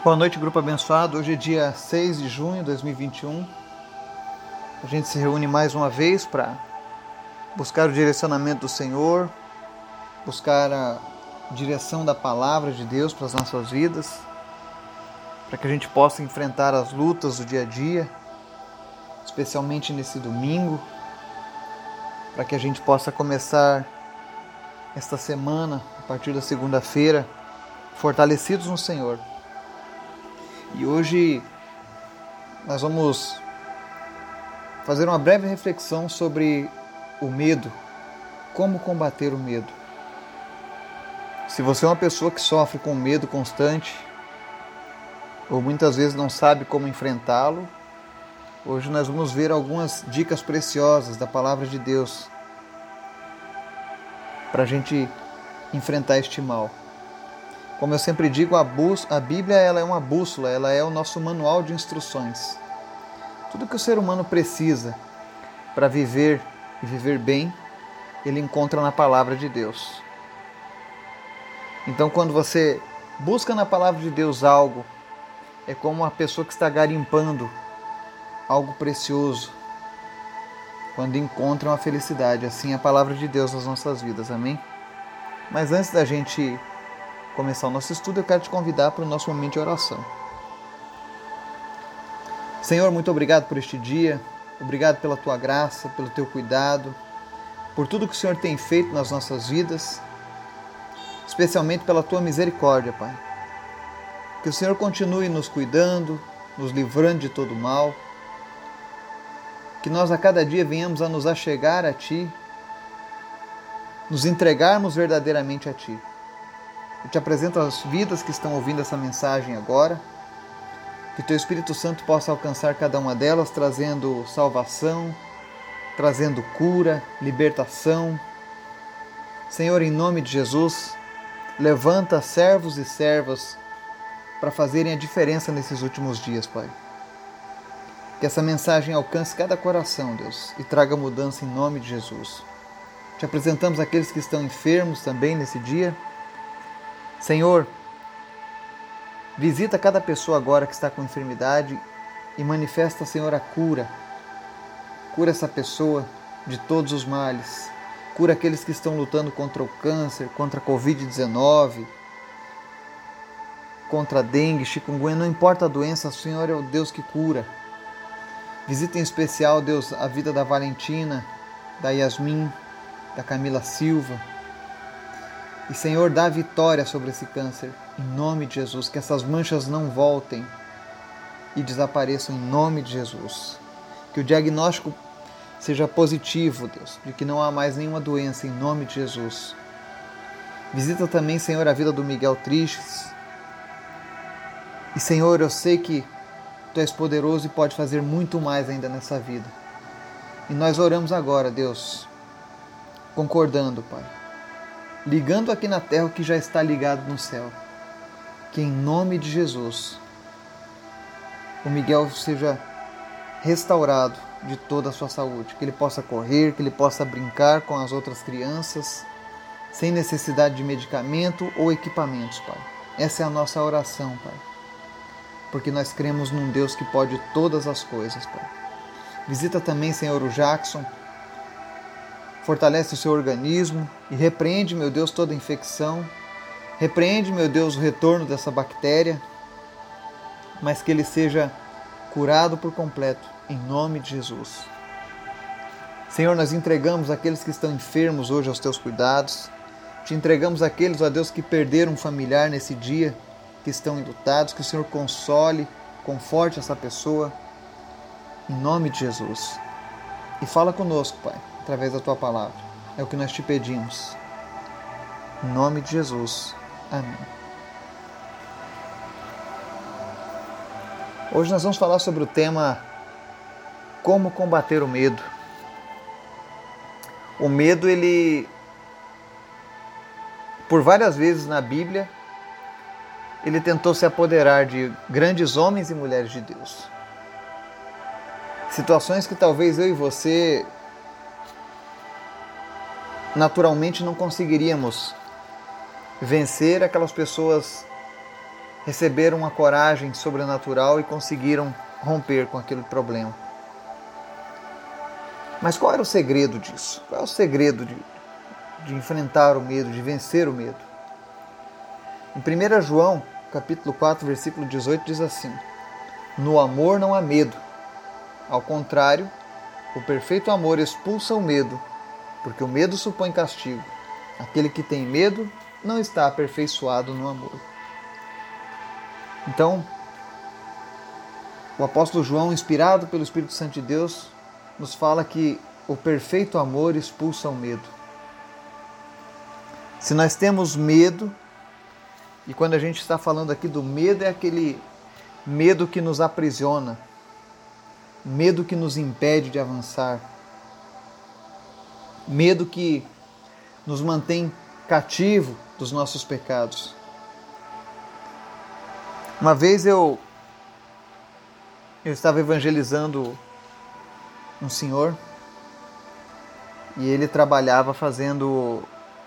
Boa noite, grupo abençoado. Hoje é dia 6 de junho de 2021. A gente se reúne mais uma vez para buscar o direcionamento do Senhor, buscar a direção da palavra de Deus para as nossas vidas, para que a gente possa enfrentar as lutas do dia a dia, especialmente nesse domingo, para que a gente possa começar esta semana, a partir da segunda-feira, fortalecidos no Senhor. E hoje nós vamos fazer uma breve reflexão sobre o medo, como combater o medo. Se você é uma pessoa que sofre com medo constante, ou muitas vezes não sabe como enfrentá-lo, hoje nós vamos ver algumas dicas preciosas da Palavra de Deus para a gente enfrentar este mal. Como eu sempre digo, a Bíblia ela é uma bússola, ela é o nosso manual de instruções. Tudo que o ser humano precisa para viver e viver bem, ele encontra na Palavra de Deus. Então, quando você busca na Palavra de Deus algo, é como uma pessoa que está garimpando algo precioso, quando encontra uma felicidade. Assim é a Palavra de Deus nas nossas vidas, amém? Mas antes da gente começar o nosso estudo, eu quero te convidar para o nosso momento de oração. Senhor, muito obrigado por este dia, obrigado pela Tua graça, pelo Teu cuidado, por tudo que o Senhor tem feito nas nossas vidas, especialmente pela Tua misericórdia, Pai. Que o Senhor continue nos cuidando, nos livrando de todo mal, que nós a cada dia venhamos a nos achegar a Ti, nos entregarmos verdadeiramente a Ti. Eu te apresento as vidas que estão ouvindo essa mensagem agora, que Teu Espírito Santo possa alcançar cada uma delas, trazendo salvação, trazendo cura, libertação. Senhor, em nome de Jesus, levanta servos e servas para fazerem a diferença nesses últimos dias, Pai. Que essa mensagem alcance cada coração, Deus, e traga mudança em nome de Jesus. Te apresentamos aqueles que estão enfermos também nesse dia. Senhor, visita cada pessoa agora que está com enfermidade e manifesta, Senhor, a cura. Cura essa pessoa de todos os males. Cura aqueles que estão lutando contra o câncer, contra a Covid-19, contra a dengue, chikungunya. Não importa a doença, o Senhor é o Deus que cura. Visita em especial, Deus, a vida da Valentina, da Yasmin, da Camila Silva. E, Senhor, dá vitória sobre esse câncer, em nome de Jesus, que essas manchas não voltem e desapareçam em nome de Jesus. Que o diagnóstico seja positivo, Deus, de que não há mais nenhuma doença, em nome de Jesus. Visita também, Senhor, a vida do Miguel Tristes. E, Senhor, eu sei que Tu és poderoso e pode fazer muito mais ainda nessa vida. E nós oramos agora, Deus, concordando, Pai, ligando aqui na terra o que já está ligado no céu. Que em nome de Jesus, o Miguel seja restaurado de toda a sua saúde. Que ele possa correr, que ele possa brincar com as outras crianças, sem necessidade de medicamento ou equipamentos, Pai. Essa é a nossa oração, Pai. Porque nós cremos num Deus que pode todas as coisas, Pai. Visita também, Senhor, o Jackson. Fortalece o seu organismo e repreende, meu Deus, toda infecção. Repreende, meu Deus, o retorno dessa bactéria, mas que ele seja curado por completo, em nome de Jesus. Senhor, nós entregamos aqueles que estão enfermos hoje aos Teus cuidados. Te entregamos aqueles, ó Deus, que perderam um familiar nesse dia, que estão enlutados. Que o Senhor console, conforte essa pessoa, em nome de Jesus. E fala conosco, Pai, através da Tua palavra. É o que nós te pedimos. Em nome de Jesus. Amém. Hoje nós vamos falar sobre o tema como combater o medo. O medo, ele, por várias vezes na Bíblia, ele tentou se apoderar de grandes homens e mulheres de Deus. Situações que talvez eu e você naturalmente não conseguiríamos vencer, aquelas pessoas receberam uma coragem sobrenatural e conseguiram romper com aquele problema. Mas qual era o segredo disso? Qual é o segredo de enfrentar o medo, de vencer o medo? Em 1 João, capítulo 4, versículo 18, diz assim: no amor não há medo. Ao contrário, o perfeito amor expulsa o medo, porque o medo supõe castigo. Aquele que tem medo não está aperfeiçoado no amor. Então, o apóstolo João, inspirado pelo Espírito Santo de Deus, nos fala que o perfeito amor expulsa o medo. Se nós temos medo, e quando a gente está falando aqui do medo, é aquele medo que nos aprisiona, medo que nos impede de avançar, medo que nos mantém cativo dos nossos pecados. Uma vez eu estava evangelizando um senhor e ele trabalhava fazendo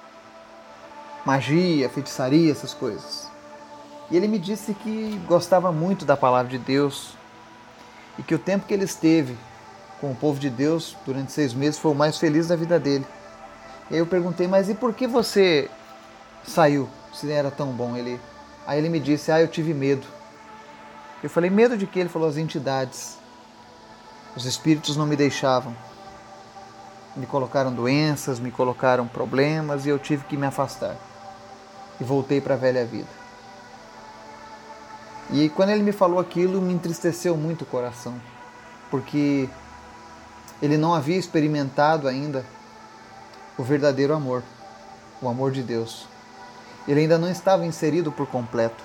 magia, feitiçaria, essas coisas. E ele me disse que gostava muito da palavra de Deus e que o tempo que ele esteve com o povo de Deus durante 6 meses foi o mais feliz da vida dele. E aí eu perguntei, mas e por que você saiu, se era tão bom? Aí ele me disse, eu tive medo. Eu falei, medo de quê? Ele falou, as entidades. Os espíritos não me deixavam. Me colocaram doenças, me colocaram problemas e eu tive que me afastar. E voltei para a velha vida. E quando ele me falou aquilo, me entristeceu muito o coração, porque ele não havia experimentado ainda o verdadeiro amor, o amor de Deus. Ele ainda não estava inserido por completo.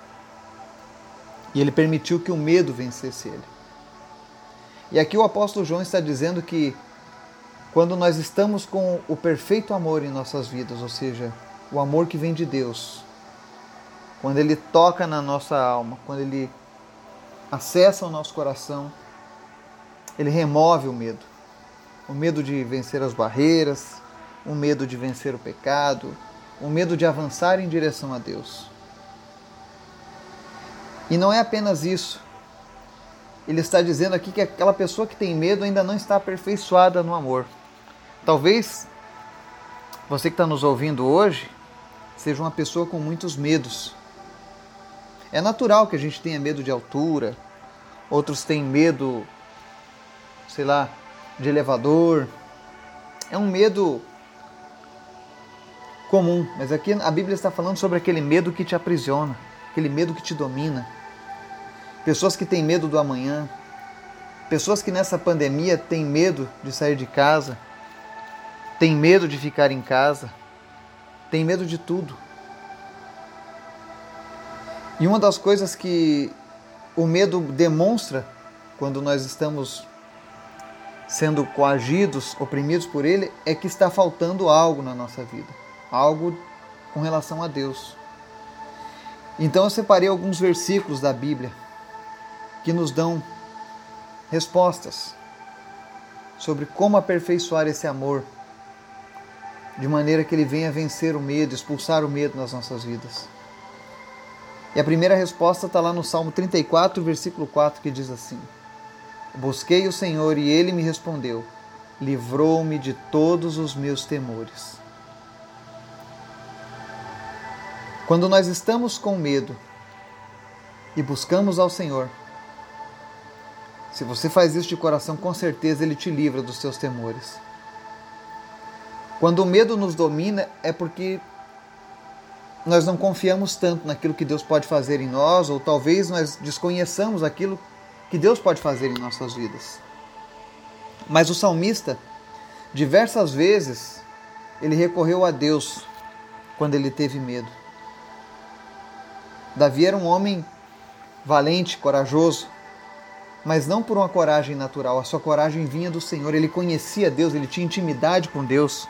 E ele permitiu que o medo vencesse ele. E aqui o apóstolo João está dizendo que quando nós estamos com o perfeito amor em nossas vidas, ou seja, o amor que vem de Deus, quando ele toca na nossa alma, quando ele acessa o nosso coração, ele remove o medo de vencer as barreiras, o medo de vencer o pecado, o medo de avançar em direção a Deus. E não é apenas isso. Ele está dizendo aqui que aquela pessoa que tem medo ainda não está aperfeiçoada no amor. Talvez você que está nos ouvindo hoje seja uma pessoa com muitos medos. É natural que a gente tenha medo de altura, outros têm medo, de elevador. É um medo comum, mas aqui a Bíblia está falando sobre aquele medo que te aprisiona, aquele medo que te domina. Pessoas que têm medo do amanhã, pessoas que nessa pandemia têm medo de sair de casa, têm medo de ficar em casa, têm medo de tudo. E uma das coisas que o medo demonstra quando nós estamos sendo coagidos, oprimidos por ele, é que está faltando algo na nossa vida, algo com relação a Deus. Então eu separei alguns versículos da Bíblia que nos dão respostas sobre como aperfeiçoar esse amor, de maneira que ele venha vencer o medo, expulsar o medo nas nossas vidas. E a primeira resposta está lá no Salmo 34, versículo 4, que diz assim: busquei o Senhor e Ele me respondeu, livrou-me de todos os meus temores. Quando nós estamos com medo e buscamos ao Senhor, se você faz isso de coração, com certeza Ele te livra dos seus temores. Quando o medo nos domina, é porque nós não confiamos tanto naquilo que Deus pode fazer em nós, ou talvez nós desconheçamos aquilo que Deus pode fazer em nossas vidas. Mas o salmista, diversas vezes, ele recorreu a Deus quando ele teve medo. Davi era um homem valente, corajoso, mas não por uma coragem natural. A sua coragem vinha do Senhor. Ele conhecia Deus, ele tinha intimidade com Deus.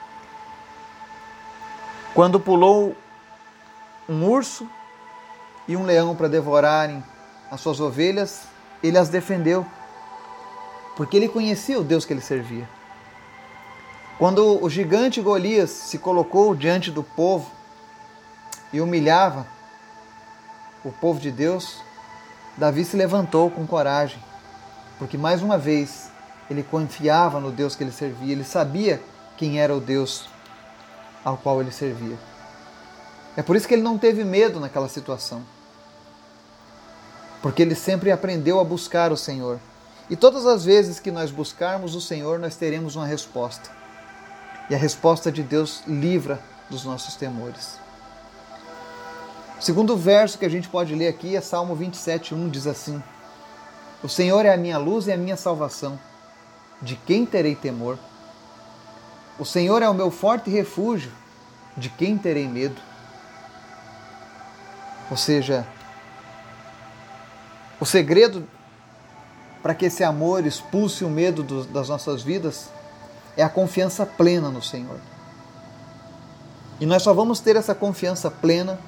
Quando pulou um urso e um leão para devorarem as suas ovelhas, ele as defendeu, porque ele conhecia o Deus que ele servia. Quando o gigante Golias se colocou diante do povo e humilhava o povo de Deus, Davi se levantou com coragem, porque mais uma vez ele confiava no Deus que ele servia, ele sabia quem era o Deus ao qual ele servia. É por isso que ele não teve medo naquela situação, porque ele sempre aprendeu a buscar o Senhor. E todas as vezes que nós buscarmos o Senhor, nós teremos uma resposta. E a resposta de Deus livra dos nossos temores. O segundo verso que a gente pode ler aqui é Salmo 27:1, diz assim: O Senhor é a minha luz e a minha salvação. De quem terei temor? O Senhor é o meu forte refúgio. De quem terei medo? Ou seja, o segredo para que esse amor expulse o medo das nossas vidas é a confiança plena no Senhor. E nós só vamos ter essa confiança plena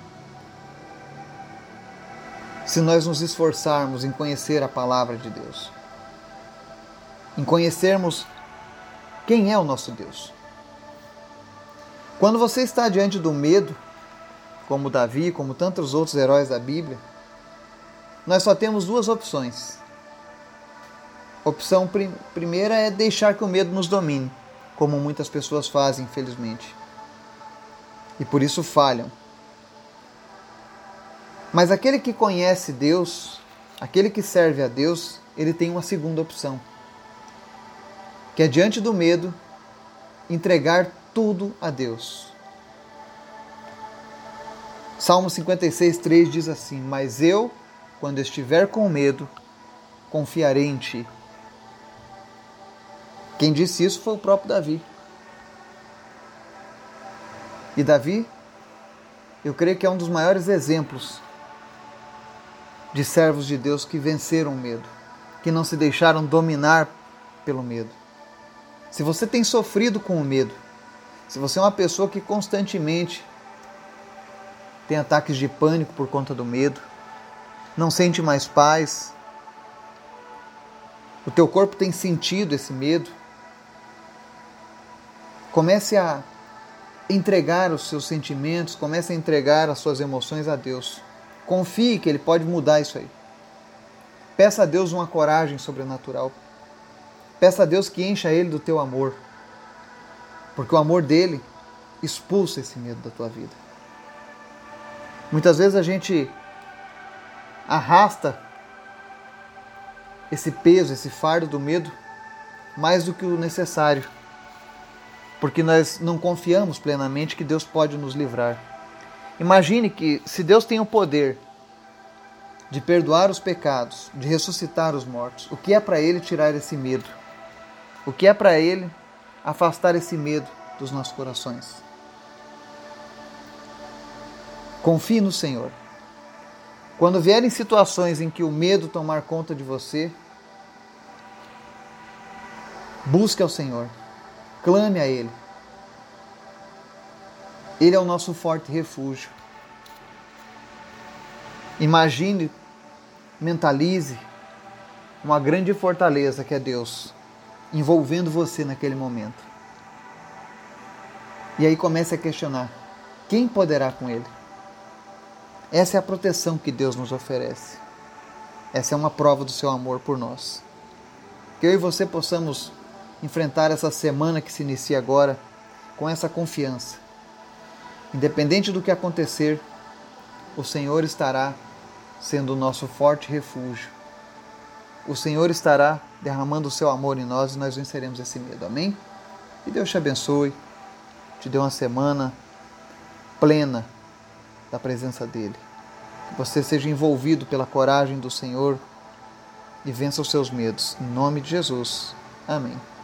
se nós nos esforçarmos em conhecer a palavra de Deus, em conhecermos quem é o nosso Deus. Quando você está diante do medo, como Davi, como tantos outros heróis da Bíblia, nós só temos duas opções. A opção primeira é deixar que o medo nos domine, como muitas pessoas fazem, infelizmente. E por isso falham. Mas aquele que conhece Deus, aquele que serve a Deus, ele tem uma segunda opção, que é diante do medo, entregar tudo a Deus. Salmo 56:3 diz assim: Mas eu, quando estiver com medo, confiarei em Ti. Quem disse isso foi o próprio Davi. E Davi, eu creio que é um dos maiores exemplos de servos de Deus que venceram o medo, que não se deixaram dominar pelo medo. Se você tem sofrido com o medo, se você é uma pessoa que constantemente tem ataques de pânico por conta do medo, não sente mais paz, o teu corpo tem sentido esse medo, comece a entregar os seus sentimentos, comece a entregar as suas emoções a Deus. Confie que Ele pode mudar isso aí. Peça a Deus uma coragem sobrenatural. Peça a Deus que encha Ele do teu amor, porque o amor dEle expulsa esse medo da tua vida. Muitas vezes a gente arrasta esse peso, esse fardo do medo mais do que o necessário, porque nós não confiamos plenamente que Deus pode nos livrar. Imagine que se Deus tem o poder de perdoar os pecados, de ressuscitar os mortos, o que é para Ele tirar esse medo? O que é para Ele afastar esse medo dos nossos corações? Confie no Senhor. Quando vierem situações em que o medo tomar conta de você, busque ao Senhor, clame a Ele. Ele é o nosso forte refúgio. Imagine, mentalize uma grande fortaleza que é Deus, envolvendo você naquele momento. E aí comece a questionar: quem poderá com Ele? Essa é a proteção que Deus nos oferece. Essa é uma prova do seu amor por nós. Que eu e você possamos enfrentar essa semana que se inicia agora com essa confiança. Independente do que acontecer, o Senhor estará sendo o nosso forte refúgio. O Senhor estará derramando o seu amor em nós e nós venceremos esse medo. Amém? Que Deus te abençoe, te dê uma semana plena da presença dEle. Que você seja envolvido pela coragem do Senhor e vença os seus medos. Em nome de Jesus. Amém.